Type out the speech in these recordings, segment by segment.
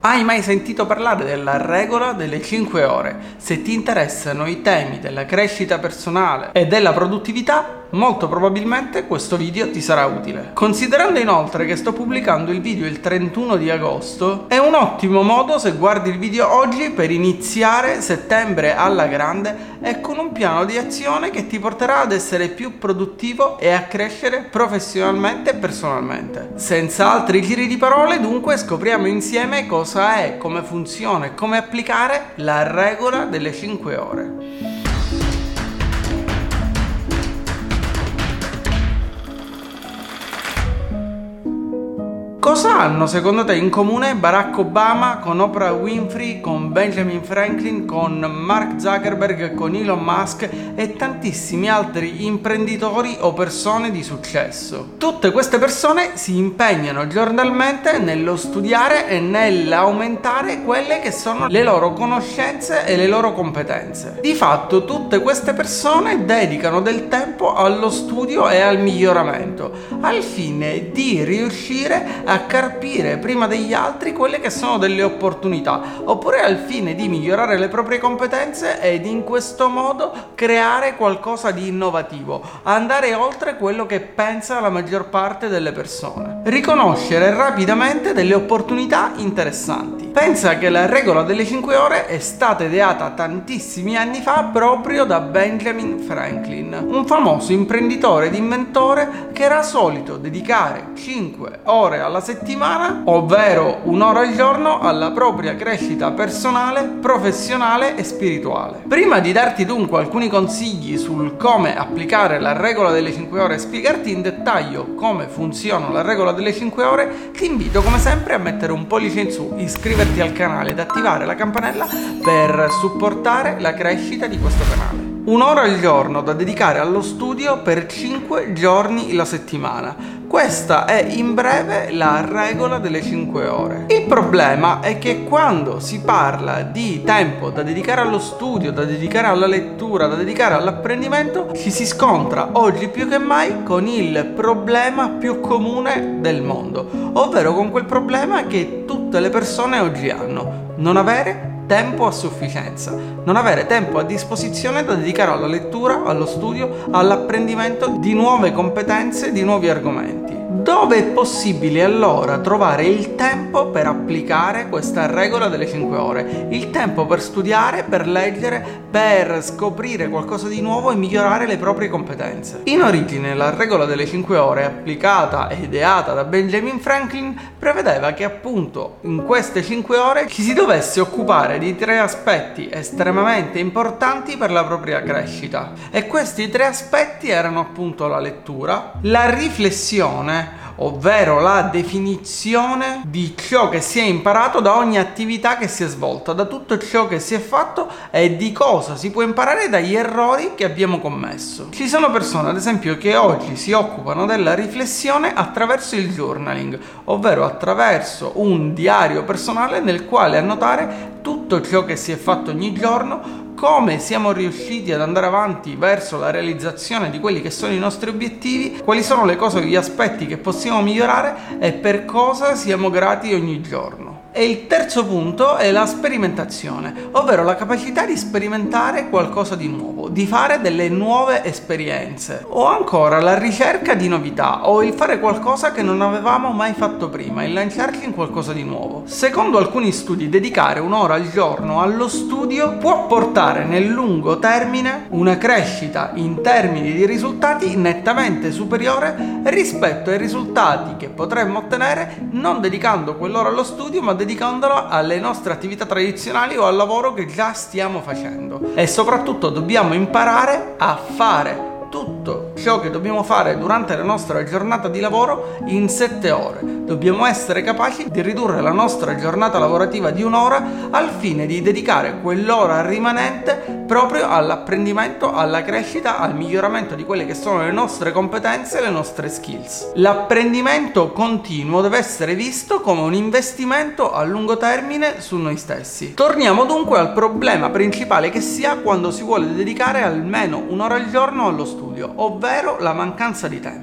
Hai mai sentito parlare della regola delle 5 ore? Se ti interessano i temi della crescita personale e della produttività, molto probabilmente questo video ti sarà utile. Considerando inoltre che sto pubblicando il video il 31 di agosto, è un ottimo modo, se guardi il video oggi, per iniziare settembre alla grande e con un piano di azione che ti porterà ad essere più produttivo e a crescere professionalmente e personalmente. Senza altri giri di parole, dunque, scopriamo insieme cosa è, come funziona e come applicare la regola delle 5 ore. Cosa hanno secondo te in comune Barack Obama con Oprah Winfrey, con Benjamin Franklin, con Mark Zuckerberg, con Elon Musk e tantissimi altri imprenditori o persone di successo? Tutte queste persone si impegnano giornalmente nello studiare e nell'aumentare quelle che sono le loro conoscenze e le loro competenze. Di fatto tutte queste persone dedicano del tempo allo studio e al miglioramento, al fine di riuscire a carpire prima degli altri quelle che sono delle opportunità, oppure al fine di migliorare le proprie competenze ed in questo modo creare qualcosa di innovativo, andare oltre quello che pensa la maggior parte delle persone, riconoscere rapidamente delle opportunità interessanti. Pensa che la regola delle 5 ore è stata ideata tantissimi anni fa proprio da Benjamin Franklin, un famoso imprenditore ed inventore che era solito dedicare 5 ore alla settimana, ovvero un'ora al giorno, alla propria crescita personale, professionale e spirituale. Prima di darti dunque alcuni consigli sul come applicare la regola delle 5 ore e spiegarti in dettaglio come funziona la regola delle 5 ore, ti invito come sempre a mettere un pollice in su, iscriverti al canale ed attivare la campanella per supportare la crescita di questo canale. Un'ora al giorno da dedicare allo studio per 5 giorni la settimana. Questa è in breve la regola delle 5 ore. Il problema è che quando si parla di tempo da dedicare allo studio, da dedicare alla lettura, da dedicare all'apprendimento, ci si scontra oggi più che mai con il problema più comune del mondo, ovvero con quel problema che tutte le persone oggi hanno: non avere tempo a sufficienza, non avere tempo a disposizione da dedicare alla lettura, allo studio, all'apprendimento di nuove competenze, di nuovi argomenti. Dove è possibile allora trovare il tempo per applicare questa regola delle 5 ore? Il tempo per studiare, per leggere, per scoprire qualcosa di nuovo e migliorare le proprie competenze. In origine la regola delle 5 ore, applicata e ideata da Benjamin Franklin, prevedeva che appunto in queste 5 ore ci si dovesse occupare di 3 aspetti estremamente importanti per la propria crescita. E questi 3 aspetti erano appunto la lettura, la riflessione, ovvero la definizione di ciò che si è imparato da ogni attività che si è svolta, da tutto ciò che si è fatto e di cosa si può imparare dagli errori che abbiamo commesso. Ci sono persone, ad esempio, che oggi si occupano della riflessione attraverso il journaling, ovvero attraverso un diario personale nel quale annotare tutto ciò che si è fatto ogni giorno, come siamo riusciti ad andare avanti verso la realizzazione di quelli che sono i nostri obiettivi, quali sono le cose, gli aspetti che possiamo migliorare e per cosa siamo grati ogni giorno. E il terzo punto è la sperimentazione, ovvero la capacità di sperimentare qualcosa di nuovo, di fare delle nuove esperienze, o ancora la ricerca di novità, o il fare qualcosa che non avevamo mai fatto prima, il lanciarci in qualcosa di nuovo. Secondo alcuni studi, dedicare un'ora al giorno allo studio può portare nel lungo termine una crescita in termini di risultati nettamente superiore rispetto ai risultati che potremmo ottenere non dedicando quell'ora allo studio, ma dedicandola alle nostre attività tradizionali o al lavoro che già stiamo facendo. E soprattutto dobbiamo imparare a fare tutto ciò che dobbiamo fare durante la nostra giornata di lavoro in 7 ore. Dobbiamo essere capaci di ridurre la nostra giornata lavorativa di un'ora al fine di dedicare quell'ora rimanente proprio all'apprendimento, alla crescita, al miglioramento di quelle che sono le nostre competenze e le nostre skills. L'apprendimento continuo deve essere visto come un investimento a lungo termine su noi stessi. Torniamo dunque al problema principale che si ha quando si vuole dedicare almeno un'ora al giorno allo studio, ovvero la mancanza di tempo.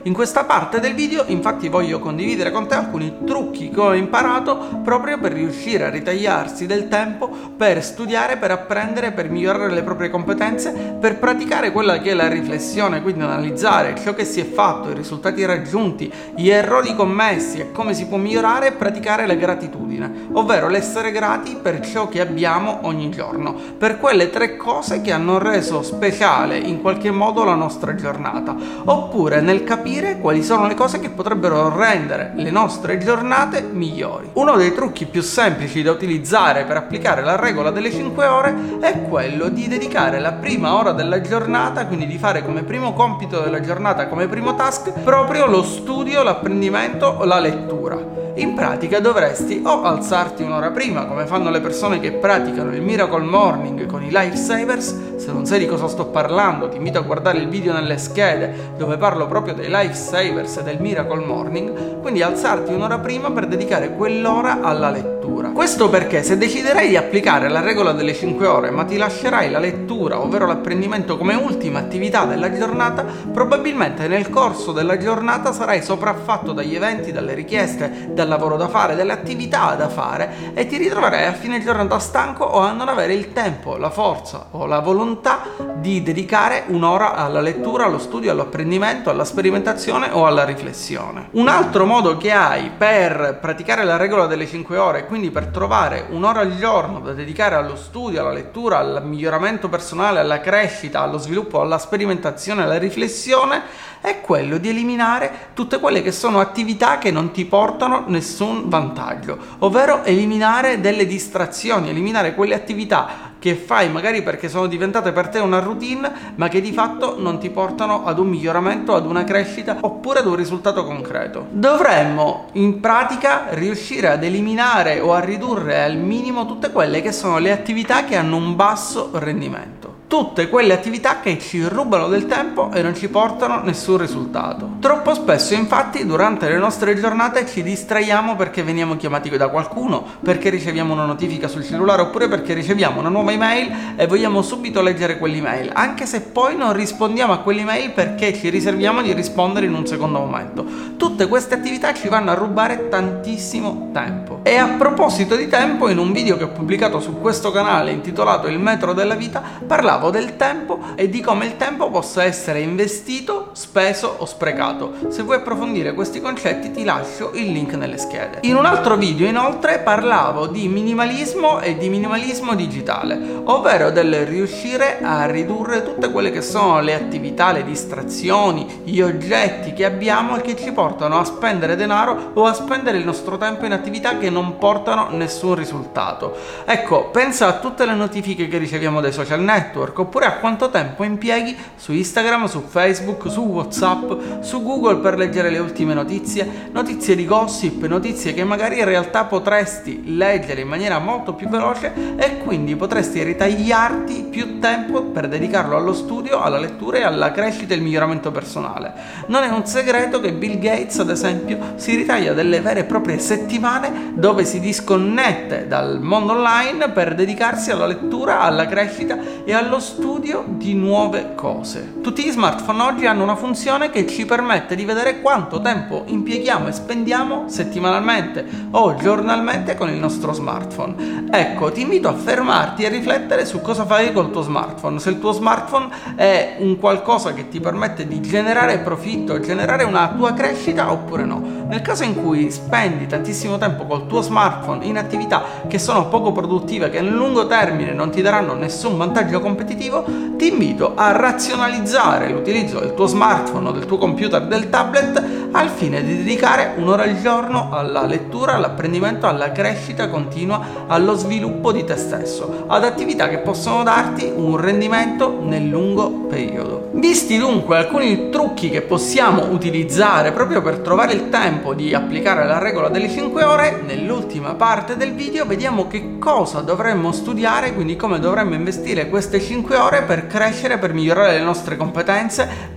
In questa parte del video infatti voglio condividere con te alcuni trucchi che ho imparato proprio per riuscire a ritagliarsi del tempo per studiare, per apprendere, per migliorare le proprie competenze, per praticare quella che è la riflessione, quindi analizzare ciò che si è fatto, i risultati raggiunti, gli errori commessi e come si può migliorare, e praticare la gratitudine, ovvero l'essere grati per ciò che abbiamo ogni giorno, per quelle 3 cose che hanno reso speciale in qualche modo la nostra giornata, oppure nel capire quali sono le cose che potrebbero rendere le nostre giornate migliori. Uno dei trucchi più semplici da utilizzare per applicare la regola delle 5 ore è quello di dedicare la prima ora della giornata, quindi di fare come primo compito della giornata, come primo task, proprio lo studio, l'apprendimento o la lettura. In pratica dovresti o alzarti un'ora prima, come fanno le persone che praticano il Miracle Morning con i Lifesavers. Se non sai di cosa sto parlando, ti invito a guardare il video nelle schede dove parlo proprio dei Lifesavers e del Miracle Morning. Quindi alzarti un'ora prima per dedicare quell'ora alla lettura. Questo perché se deciderai di applicare la regola delle 5 ore ma ti lascerai la lettura, ovvero l'apprendimento, come ultima attività della giornata, probabilmente nel corso della giornata sarai sopraffatto dagli eventi, dalle richieste, dal lavoro da fare, delle attività da fare, e ti ritroverai a fine giornata stanco o a non avere il tempo, la forza o la volontà di dedicare un'ora alla lettura, allo studio, all'apprendimento, alla sperimentazione o alla riflessione. Un altro modo che hai per praticare la regola delle 5 ore, quindi per trovare un'ora al giorno da dedicare allo studio, alla lettura, al miglioramento personale, alla crescita, allo sviluppo, alla sperimentazione, alla riflessione, è quello di eliminare tutte quelle che sono attività che non ti portano nessun vantaggio, ovvero eliminare delle distrazioni, eliminare quelle attività che fai magari perché sono diventate per te una routine, ma che di fatto non ti portano ad un miglioramento, ad una crescita oppure ad un risultato concreto. Dovremmo in pratica riuscire ad eliminare o a ridurre al minimo tutte quelle che sono le attività che hanno un basso rendimento. Tutte quelle attività che ci rubano del tempo e non ci portano nessun risultato. Troppo spesso infatti durante le nostre giornate ci distraiamo perché veniamo chiamati da qualcuno, perché riceviamo una notifica sul cellulare oppure perché riceviamo una nuova email e vogliamo subito leggere quell'email, anche se poi non rispondiamo a quell'email perché ci riserviamo di rispondere in un secondo momento. Tutte queste attività ci vanno a rubare tantissimo tempo. E a proposito di tempo, in un video che ho pubblicato su questo canale intitolato Il metro della vita, parlavo del tempo e di come il tempo possa essere investito, speso o sprecato. Se vuoi approfondire questi concetti ti lascio il link nelle schede. In un altro video inoltre parlavo di minimalismo e di minimalismo digitale, ovvero del riuscire a ridurre tutte quelle che sono le attività, le distrazioni, gli oggetti che abbiamo e che ci portano a spendere denaro o a spendere il nostro tempo in attività che non portano nessun risultato. Ecco, pensa a tutte le notifiche che riceviamo dai social network, oppure a quanto tempo impieghi su Instagram, su Facebook, su WhatsApp, su Google per leggere le ultime notizie, notizie di gossip, notizie che magari in realtà potresti leggere in maniera molto più veloce e quindi potresti ritagliarti più tempo per dedicarlo allo studio, alla lettura e alla crescita e al miglioramento personale. Non è un segreto che Bill Gates, ad esempio, si ritaglia delle vere e proprie settimane dove si disconnette dal mondo online per dedicarsi alla lettura, alla crescita e allo studio di nuove cose. Tutti gli smartphone oggi hanno una funzione che ci permette di vedere quanto tempo impieghiamo e spendiamo settimanalmente o giornalmente con il nostro smartphone. Ecco, ti invito a fermarti e riflettere su cosa fai col tuo smartphone. Se il tuo smartphone è un qualcosa che ti permette di generare profitto, generare una tua crescita oppure no. Nel caso in cui spendi tantissimo tempo col tuo smartphone in attività che sono poco produttive, che nel lungo termine non ti daranno nessun vantaggio competitivo, ti invito a razionalizzare l'utilizzo del tuo smartphone o del tuo computer, del tablet, al fine di dedicare un'ora al giorno alla lettura, all'apprendimento, alla crescita continua, allo sviluppo di te stesso, ad attività che possono darti un rendimento nel lungo periodo. Visti dunque alcuni trucchi che possiamo utilizzare proprio per trovare il tempo di applicare la regola delle 5 ore, nell'ultima parte del video vediamo che cosa dovremmo studiare, quindi come dovremmo investire queste 5 ore per crescere, per migliorare le nostre competenze,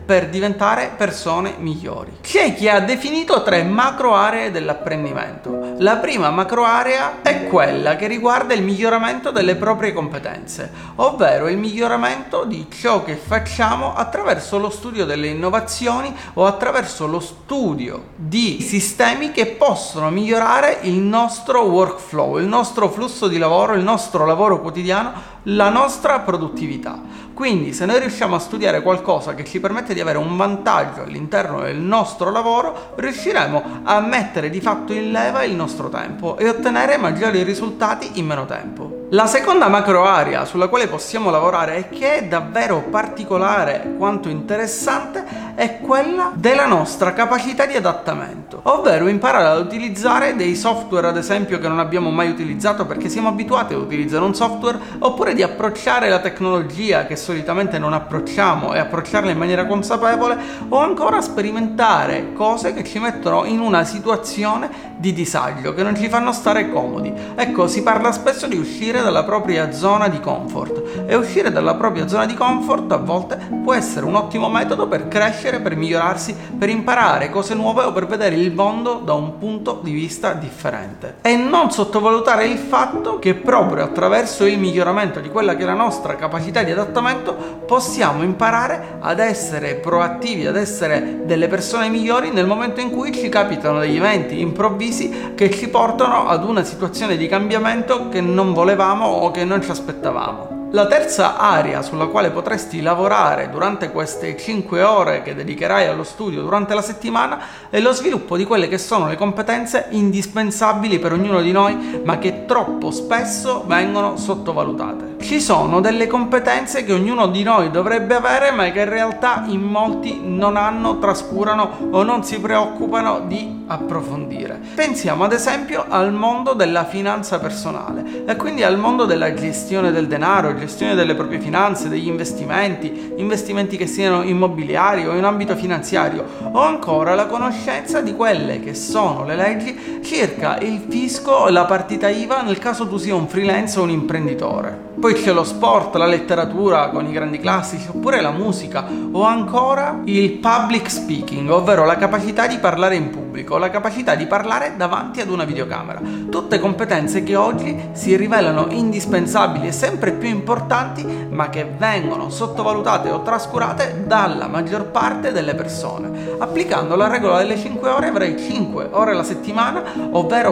per diventare persone migliori. C'è chi ha definito 3 macro aree dell'apprendimento. La prima macro area è quella che riguarda il miglioramento delle proprie competenze, ovvero il miglioramento di ciò che facciamo attraverso lo studio delle innovazioni o attraverso lo studio di sistemi che possono migliorare il nostro workflow, il nostro flusso di lavoro, il nostro lavoro quotidiano, la nostra produttività. Quindi se noi riusciamo a studiare qualcosa che ci permette di avere un vantaggio all'interno del nostro lavoro, riusciremo a mettere di fatto in leva il nostro tempo e ottenere maggiori risultati in meno tempo. La seconda macro area sulla quale possiamo lavorare e che è davvero particolare quanto interessante è quella della nostra capacità di adattamento, ovvero imparare ad utilizzare dei software, ad esempio, che non abbiamo mai utilizzato perché siamo abituati ad utilizzare un software, oppure di approcciare la tecnologia che solitamente non approcciamo e approcciarla in maniera consapevole, o ancora sperimentare cose che ci mettono in una situazione di disagio, che non ci fanno stare comodi. Ecco, si parla spesso di uscire dalla propria zona di comfort, e uscire dalla propria zona di comfort a volte può essere un ottimo metodo per crescere, per migliorarsi, per imparare cose nuove o per vedere il mondo da un punto di vista differente. E non sottovalutare il fatto che proprio attraverso il miglioramento di quella che è la nostra capacità di adattamento possiamo imparare ad essere proattivi, ad essere delle persone migliori nel momento in cui ci capitano degli eventi improvvisi che ci portano ad una situazione di cambiamento che non volevamo o che non ci aspettavamo. La terza area sulla quale potresti lavorare durante queste 5 ore che dedicherai allo studio durante la settimana è lo sviluppo di quelle che sono le competenze indispensabili per ognuno di noi, ma che troppo spesso vengono sottovalutate. Ci sono delle competenze che ognuno di noi dovrebbe avere, ma che in realtà in molti non hanno, trascurano o non si preoccupano di approfondire. Pensiamo ad esempio al mondo della finanza personale e quindi al mondo della gestione del denaro, gestione delle proprie finanze, degli investimenti che siano immobiliari o in ambito finanziario, o ancora la conoscenza di quelle che sono le leggi circa il fisco e la partita IVA nel caso tu sia un freelance o un imprenditore. Poi c'è lo sport, la letteratura con i grandi classici, oppure la musica, o ancora il public speaking, ovvero la capacità di parlare in pubblico, la capacità di parlare davanti ad una videocamera. Tutte competenze che oggi si rivelano indispensabili e sempre più importanti, ma che vengono sottovalutate o trascurate dalla maggior parte delle persone. Applicando la regola delle 5 ore avrai 5 ore alla settimana, ovvero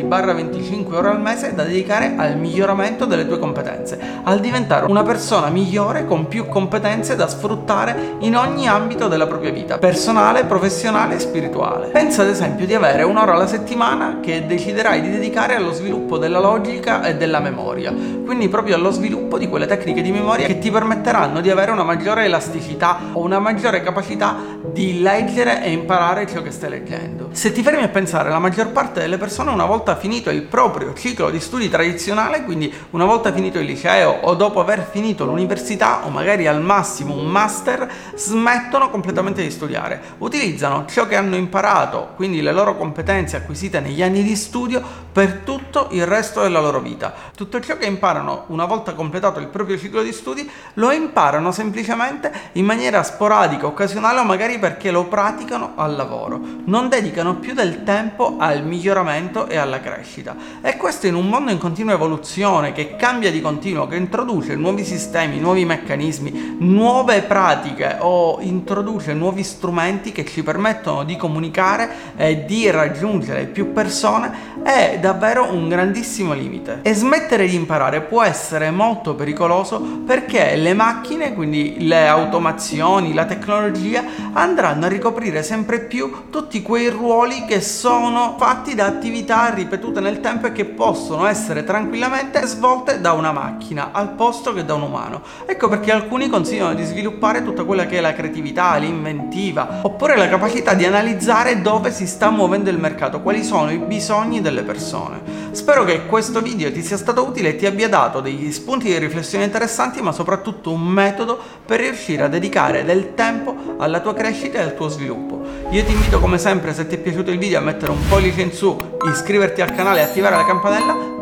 20-25 ore al mese da dedicare al miglioramento delle tue competenze, al diventare una persona migliore con più competenze da sfruttare in ogni ambito della propria vita, personale, professionale e spirituale. Pensa ad esempio di avere un'ora alla settimana che deciderai di dedicare allo sviluppo della logica e della memoria, quindi proprio allo sviluppo di quelle tecniche di memoria che ti permetteranno di avere una maggiore elasticità o una maggiore capacità di leggere e imparare ciò che stai leggendo. Se ti fermi a pensare, la maggior parte delle persone, una volta finito il proprio ciclo di studi tradizionale, quindi una volta finito il liceo o dopo aver finito l'università o magari al massimo un master, smettono completamente di studiare, utilizzano ciò che hanno imparato, quindi le loro competenze acquisite negli anni di studio, per tutto il resto della loro vita. Tutto ciò che imparano una volta completato il proprio ciclo di studi lo imparano semplicemente in maniera sporadica, occasionale o magari perché lo praticano al lavoro. Non dedicano più del tempo al miglioramento e alla crescita, e questo in un mondo in continua evoluzione, che cambia di continuo, che introduce nuovi sistemi, nuovi meccanismi, nuove pratiche o introduce nuovi strumenti che ci permettono di comunicare e di raggiungere più persone, è davvero un grandissimo limite. E smettere di imparare può essere molto pericoloso, perché le macchine, quindi le automazioni, la tecnologia, andranno a ricoprire sempre più tutti quei ruoli che sono fatti da attività ripetute nel tempo e che possono essere tranquillamente svolte da una macchina al posto che da un umano. Ecco perché alcuni consigliano di sviluppare tutta quella che è la creatività, l'inventiva, oppure la capacità di analizzare dove si sta muovendo il mercato, quali sono i bisogni delle persone. Spero che questo video ti sia stato utile e ti abbia dato degli spunti di riflessione interessanti, ma soprattutto un metodo per riuscire a dedicare del tempo alla tua crescita e al tuo sviluppo. Io ti invito come sempre, se ti è piaciuto il video, a mettere un pollice in su, iscriverti al canale e attivare la campanella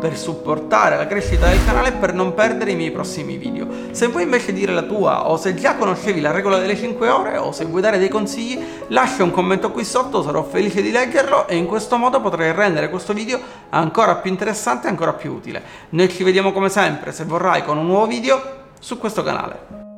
per supportare la crescita del canale e per non perdere i miei prossimi video. Se vuoi invece dire la tua, o se già conoscevi la regola delle 5 ore, o se vuoi dare dei consigli, lascia un commento qui sotto, sarò felice di leggerlo e in questo modo potrei rendere questo video ancora più interessante e ancora più utile. Noi ci vediamo come sempre, se vorrai, con un nuovo video su questo canale.